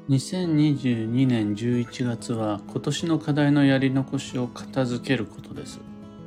2022年11月は今年の課題のやり残しを片付けることです。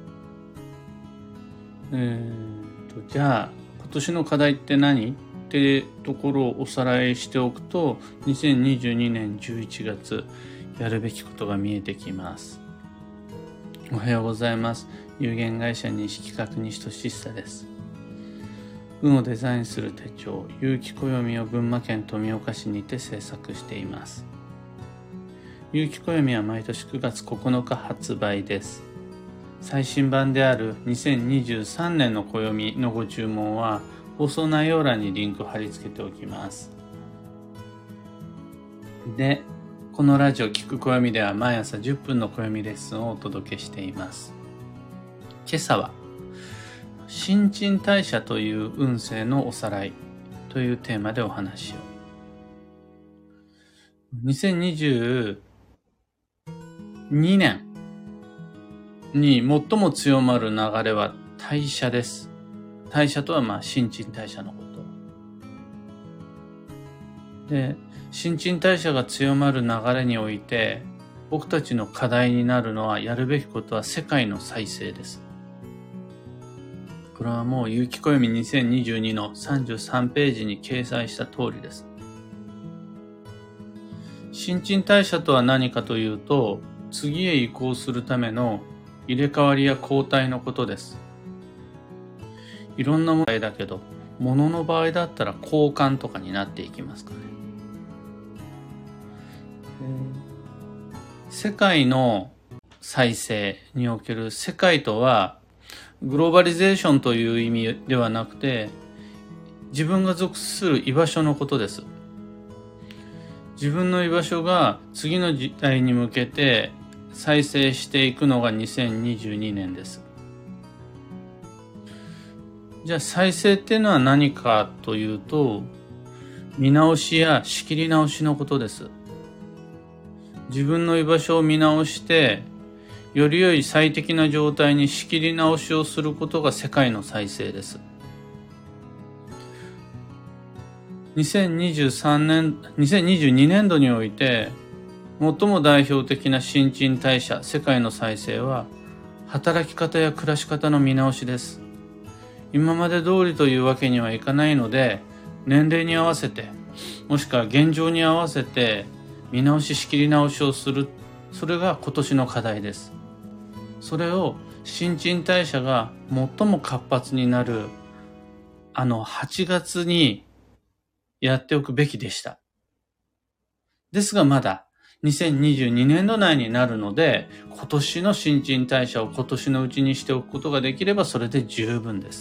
じゃあ今年の課題って何ってところをおさらいしておくと、2022年11月やるべきことが見えてきます。おはようございます。有限会社西企画西俊久です。運をデザインする手帳有機暦を群馬県富岡市にて制作しています。有機暦は毎年9月9日発売です。最新版である2023年の暦のご注文は放送内容欄にリンクを貼り付けておきます。で、このラジオ聞く暦では毎朝10分の暦レッスンをお届けしています。今朝は新陳代謝という運勢のおさらいというテーマでお話を。2022年に最も強まる流れは代謝です。代謝とは新陳代謝のこと。で、新陳代謝が強まる流れにおいて、僕たちの課題になるのは、やるべきことは世界の再生です。これはもう有機暦2022の33ページに掲載した通りです。新陳代謝とは何かというと、次へ移行するための入れ替わりや交代のことです。いろんな問題だけど、物の場合だったら交換とかになっていきますかね。世界の再生における世界とは、グローバリゼーションという意味ではなくて、自分が属する居場所のことです。自分の居場所が次の時代に向けて再生していくのが2022年です。じゃあ再生っていうのは何かというと、見直しや仕切り直しのことです。自分の居場所を見直して、より良い最適な状態に仕切り直しをすることが世界の再生です。2022年度において、最も代表的な新陳代謝、世界の再生は、働き方や暮らし方の見直しです。今まで通りというわけにはいかないので、年齢に合わせて、もしくは現状に合わせて、見直し仕切り直しをする。それが今年の課題です。それを新陳代謝が最も活発になる8月にやっておくべきでした。ですがまだ2022年度内になるので、今年の新陳代謝を今年のうちにしておくことができればそれで十分です。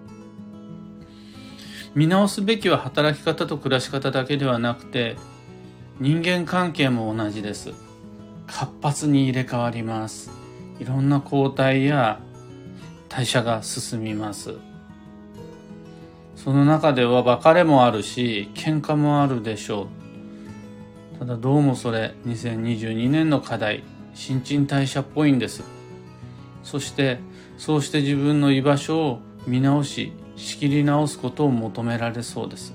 見直すべきは働き方と暮らし方だけではなくて、人間関係も同じです。活発に入れ替わります。いろんな交代や代謝が進みます。その中では別れもあるし、喧嘩もあるでしょう。ただどうもそれ、2022年の課題、新陳代謝っぽいんです。そうして自分の居場所を見直し、仕切り直すことを求められそうです。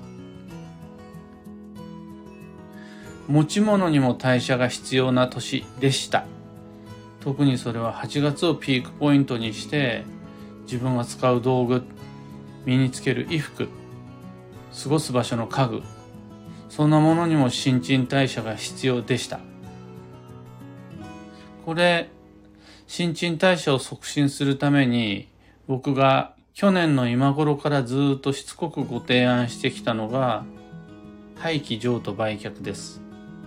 持ち物にも代謝が必要な年でした。特にそれは8月をピークポイントにして、自分が使う道具、身につける衣服、過ごす場所の家具、そんなものにも新陳代謝が必要でした。これ、新陳代謝を促進するために、僕が去年の今頃からずっとしつこくご提案してきたのが、廃棄譲渡売却です。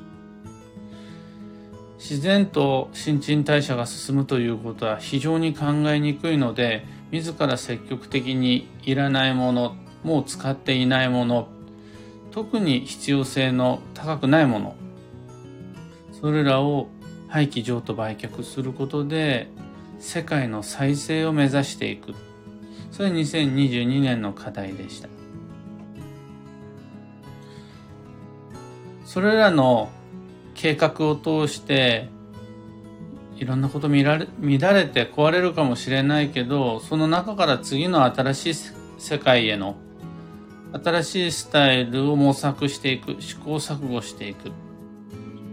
自然と新陳代謝が進むということは非常に考えにくいので、自ら積極的にいらないもの、もう使っていないもの、特に必要性の高くないもの、それらを廃棄譲渡売却することで世界の再生を目指していく。それ2022年の課題でした。それらの計画を通していろんなこと乱れて壊れるかもしれないけど、その中から次の新しい世界への新しいスタイルを模索していく、試行錯誤していく。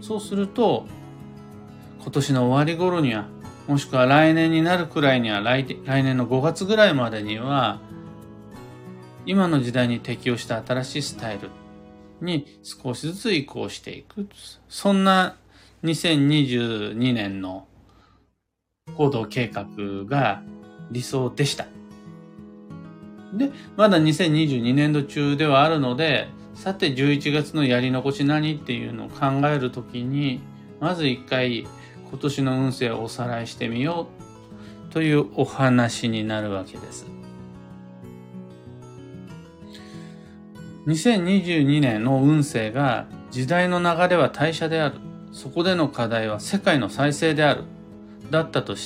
そうすると、今年の終わり頃には、もしくは来年になるくらいには、来年の5月ぐらいまでには、今の時代に適応した新しいスタイルに少しずつ移行していく。そんな2022年の行動計画が理想でした。で、まだ2022年度中ではあるので、さて11月のやり残し何っていうのを考えるときに、まず一回今年の運勢をおさらいしてみようというお話になるわけです。2022年の運勢が時代の流れは代謝である。そこでの課題は世界の再生である。だったとして、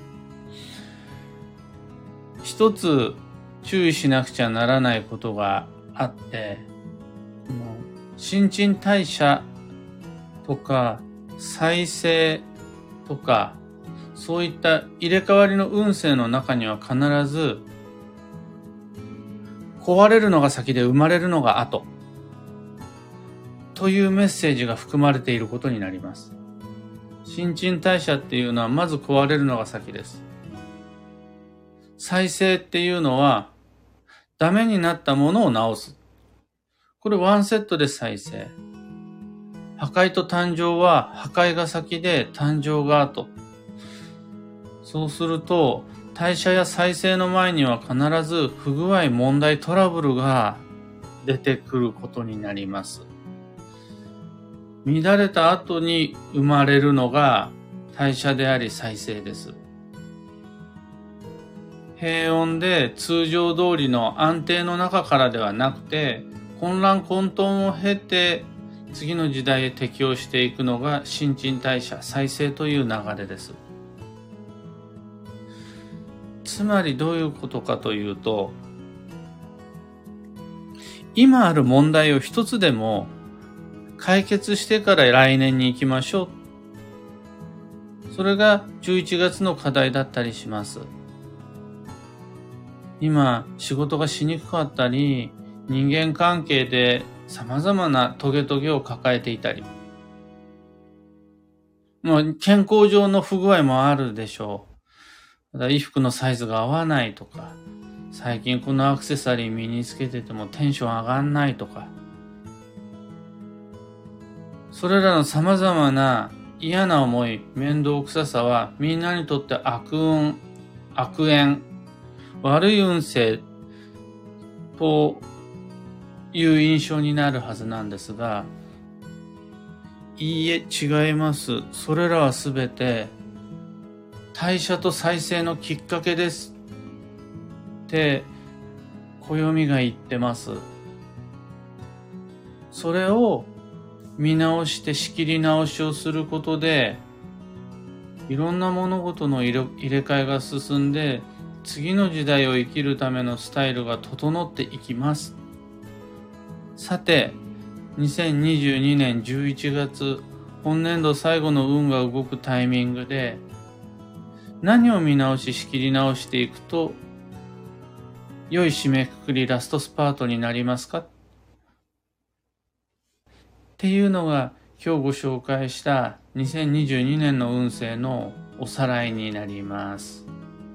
一つ注意しなくちゃならないことがあって、新陳代謝とか再生とか、そういった入れ替わりの運勢の中には必ず壊れるのが先で生まれるのが後というメッセージが含まれていることになります。新陳代謝っていうのはまず壊れるのが先です。再生っていうのはダメになったものを直す。これワンセットで再生。破壊と誕生は破壊が先で誕生が後。そうすると代謝や再生の前には必ず不具合、問題、トラブルが出てくることになります。乱れた後に生まれるのが代謝であり再生です。平穏で通常通りの安定の中からではなくて、混乱混沌を経て次の時代へ適応していくのが新陳代謝、再生という流れです。つまりどういうことかというと、今ある問題を一つでも解決してから来年に行きましょう。それが11月の課題だったりします。今、仕事がしにくかったり、人間関係で様々なトゲトゲを抱えていたり、健康上の不具合もあるでしょう。衣服のサイズが合わないとか、最近このアクセサリー身につけててもテンション上がんないとか、それらの様々な嫌な思い、面倒くささはみんなにとって悪運、悪縁、悪い運勢という印象になるはずなんですが、いいえ、違います。それらはすべて代謝と再生のきっかけですって暦が言ってます。それを見直して仕切り直しをすることで、いろんな物事の入れ替えが進んで、次の時代を生きるためのスタイルが整っていきます。さて、2022年11月、本年度最後の運が動くタイミングで、何を見直し仕切り直していくと、良い締めくくりラストスパートになりますかっていうのが今日ご紹介した2022年の運勢のおさらいになります。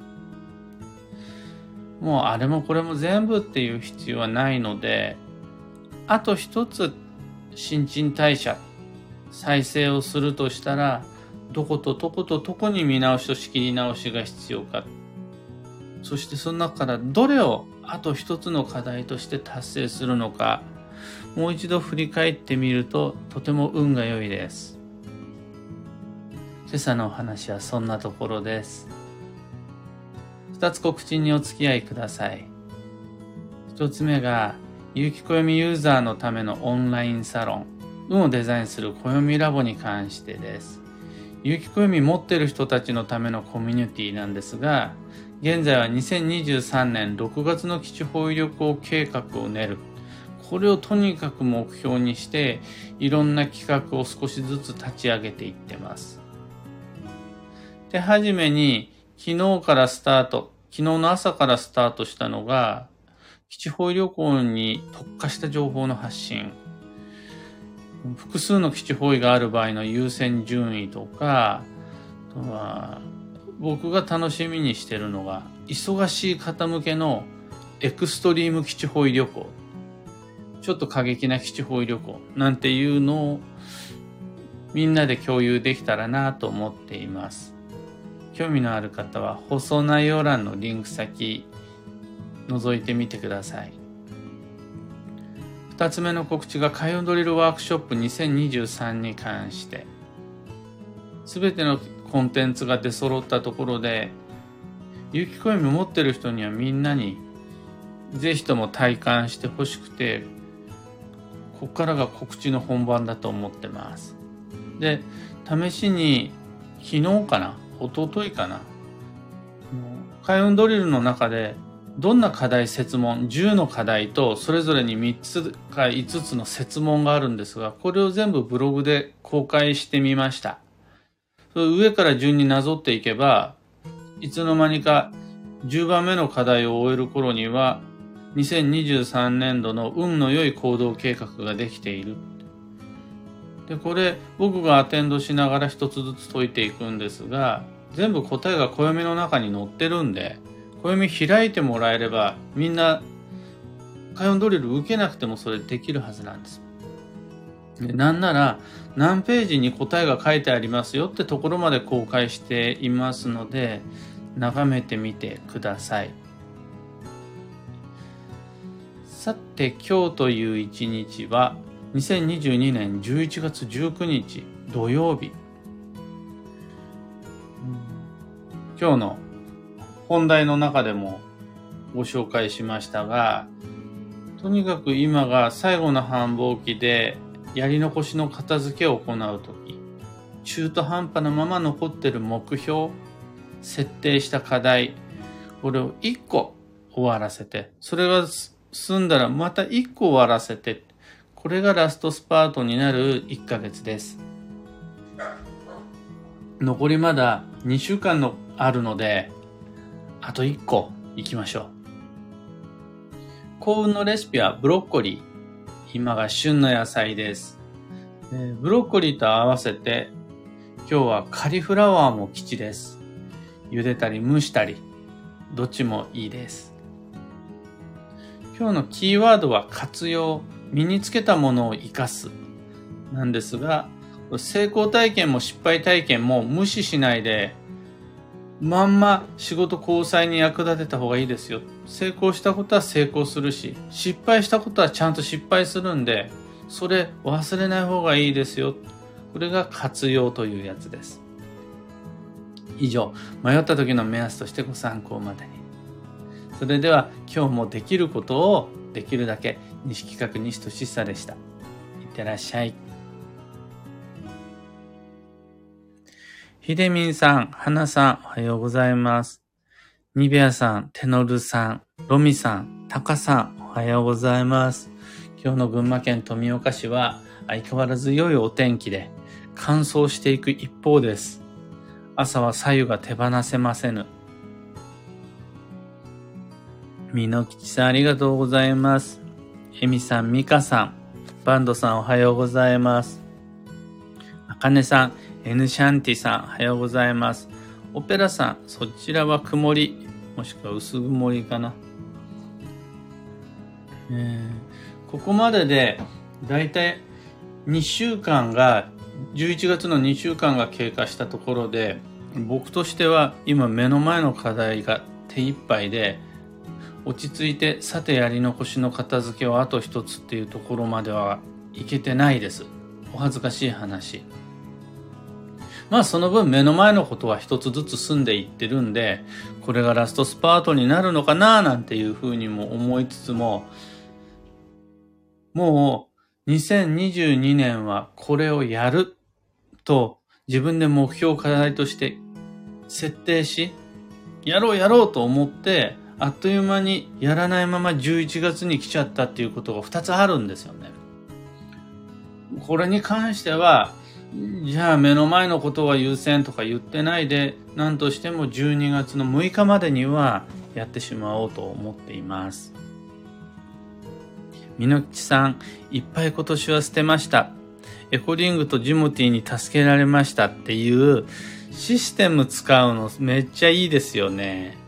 もうあれもこれも全部っていう必要はないので、あと一つ新陳代謝、再生をするとしたら、どことどことどこに見直しと仕切り直しが必要か。そしてその中からどれをあと一つの課題として達成するのか、もう一度振り返ってみるととても運が良いです。今朝のお話はそんなところです。二つ告知にお付き合いください。一つ目が、有機暦ユーザーのためのオンラインサロン、運をデザインする暦ラボに関してです。有機暦持っている人たちのためのコミュニティなんですが、現在は2023年6月の基地方位旅行計画を練る。これをとにかく目標にして、いろんな企画を少しずつ立ち上げていってます。で、はじめに、昨日の朝からスタートしたのが、基地方位旅行に特化した情報の発信。 複数の基地方位がある場合の優先順位とか、あとは僕が楽しみにしてるのが、忙しい方向けのエクストリーム基地方位旅行、ちょっと過激な基地方位旅行なんていうのをみんなで共有できたらなと思っています。興味のある方は放送内容欄のリンク先覗いてみてください。2つ目の告知が開運ドリルワークショップ2023に関して、すべてのコンテンツが出揃ったところで、有機暦持ってる人にはみんなにぜひとも体感してほしくて、ここからが告知の本番だと思ってます。で、試しに昨日かな、一昨日かな、開運ドリルの中でどんな課題設問、10の課題とそれぞれに3つか5つの設問があるんですが、これを全部ブログで公開してみました。上から順になぞっていけば、いつの間にか10番目の課題を終える頃には、2023年度の運の良い行動計画ができている。で、これ僕がアテンドしながら一つずつ解いていくんですが、全部答えが暦の中に載ってるんで、暦開いてもらえればみんな開運ドリル受けなくてもそれできるはずなんです。で、なんなら何ページに答えが書いてありますよってところまで公開していますので、眺めてみてください。さて、今日という一日は2022年11月19日土曜日。今日の本題の中でもご紹介しましたが、とにかく今が最後の繁忙期でやり残しの片付けを行うとき、中途半端なまま残っている目標、設定した課題、これを1個終わらせて、それが済んだらまた1個終わらせて、これがラストスパートになる1ヶ月です。残りまだ2週間のあるので、あと1個いきましょう。幸運のレシピはブロッコリー。今が旬の野菜です。ブロッコリーと合わせて、今日はカリフラワーも吉です。茹でたり蒸したり、どっちもいいです。今日のキーワードは活用、身につけたものを生かすなんですが、成功体験も失敗体験も無視しないで、まんま仕事交際に役立てた方がいいですよ。成功したことは成功するし、失敗したことはちゃんと失敗するんで、それ忘れない方がいいですよ。これが活用というやつです。以上、迷った時の目安としてご参考までに。それでは今日もできることをできるだけ、西企画西俊久でした。いってらっしゃい。ひでみんさん、はなさん、おはようございます。ニベアさん、テノルさん、ロミさん、タカさん、おはようございます。今日の群馬県富岡市は相変わらず良いお天気で乾燥していく一方です。朝は白湯が手放せませぬ。みのきちさん、ありがとうございます。えみさん、みかさん、バンドさん、おはようございます。あかねさん、エヌシャンティさん、おはようございます。オペラさん、そちらは曇り、もしくは薄曇りかな。ここまででだいたい2週間が、11月の2週間が経過したところで、僕としては今目の前の課題が手一杯で、落ち着いてさてやり残しの片付けをあと一つっていうところまではいけてないです。お恥ずかしい話。まあその分目の前のことは一つずつ済んでいってるんで、これがラストスパートになるのかななんていうふうにも思いつつも、もう2022年はこれをやると自分で目標課題として設定し、やろうと思って、あっという間にやらないまま11月に来ちゃったっていうことが2つあるんですよね。これに関しては、じゃあ目の前のことは優先とか言ってないで、何としても12月の6日までにはやってしまおうと思っています。みのきちさん、いっぱい今年は捨てました。 エコリングとジモティーに助けられましたっていうシステム使うのめっちゃいいですよね。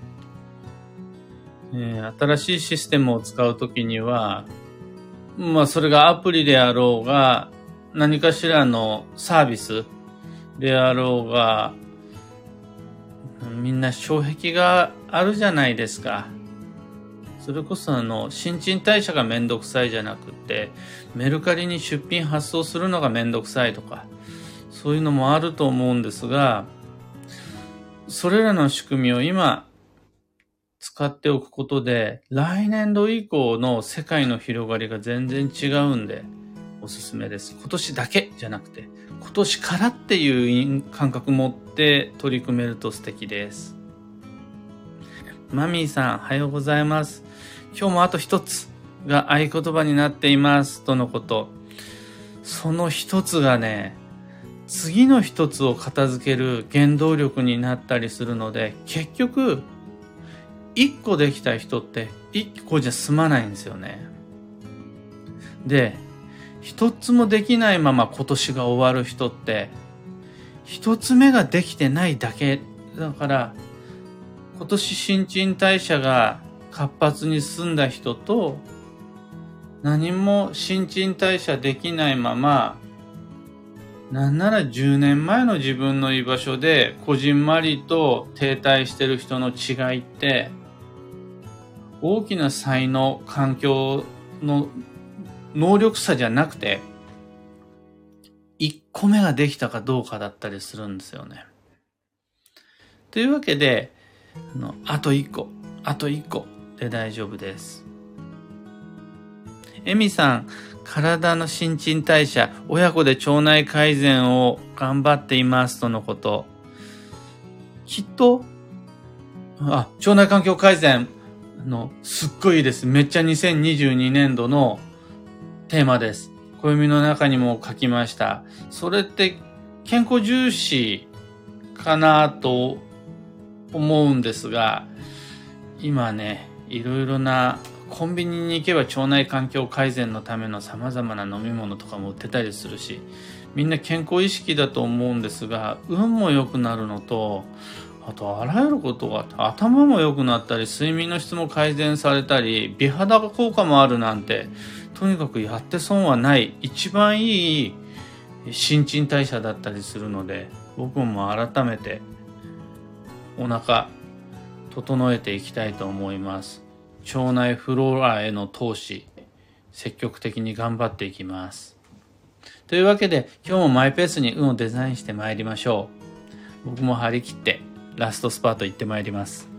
新しいシステムを使うときには、それがアプリであろうが、何かしらのサービスであろうが、みんな障壁があるじゃないですか。それこそ新陳代謝がめんどくさいじゃなくて、メルカリに出品発送するのがめんどくさいとか、そういうのもあると思うんですが、それらの仕組みを今使っておくことで、来年度以降の世界の広がりが全然違うんで、おすすめです。今年だけじゃなくて、今年からっていう感覚持って取り組めると素敵です。マミーさん、おはようございます。今日もあと一つが合言葉になっていますとのこと。その一つがね、次の一つを片付ける原動力になったりするので、結局、一個できた人って一個じゃ済まないんですよね。で、一つもできないまま今年が終わる人って、一つ目ができてないだけだから、今年新陳代謝が活発に進んだ人と、何も新陳代謝できないまま、なんなら10年前の自分の居場所でこじんまりと停滞してる人の違いって、大きな才能、環境の能力差じゃなくて、1個目ができたかどうかだったりするんですよね。というわけで、あと1個で大丈夫です。エミさん、体の新陳代謝、親子で腸内改善を頑張っていますとのこと。きっと、腸内環境改善すっごいいいです。めっちゃ2022年度のテーマです。暦の中にも書きました。それって健康重視かなと思うんですが、今ね、いろいろなコンビニに行けば腸内環境改善のための様々な飲み物とかも売ってたりするし、みんな健康意識だと思うんですが、運も良くなるのと、あとあらゆることが頭も良くなったり、睡眠の質も改善されたり、美肌効果もあるなんて、とにかくやって損はない一番いい新陳代謝だったりするので、僕も改めてお腹整えていきたいと思います。腸内フローラへの投資、積極的に頑張っていきます。というわけで、今日もマイペースに運をデザインしてまいりましょう。僕も張り切ってラストスパート行ってまいります。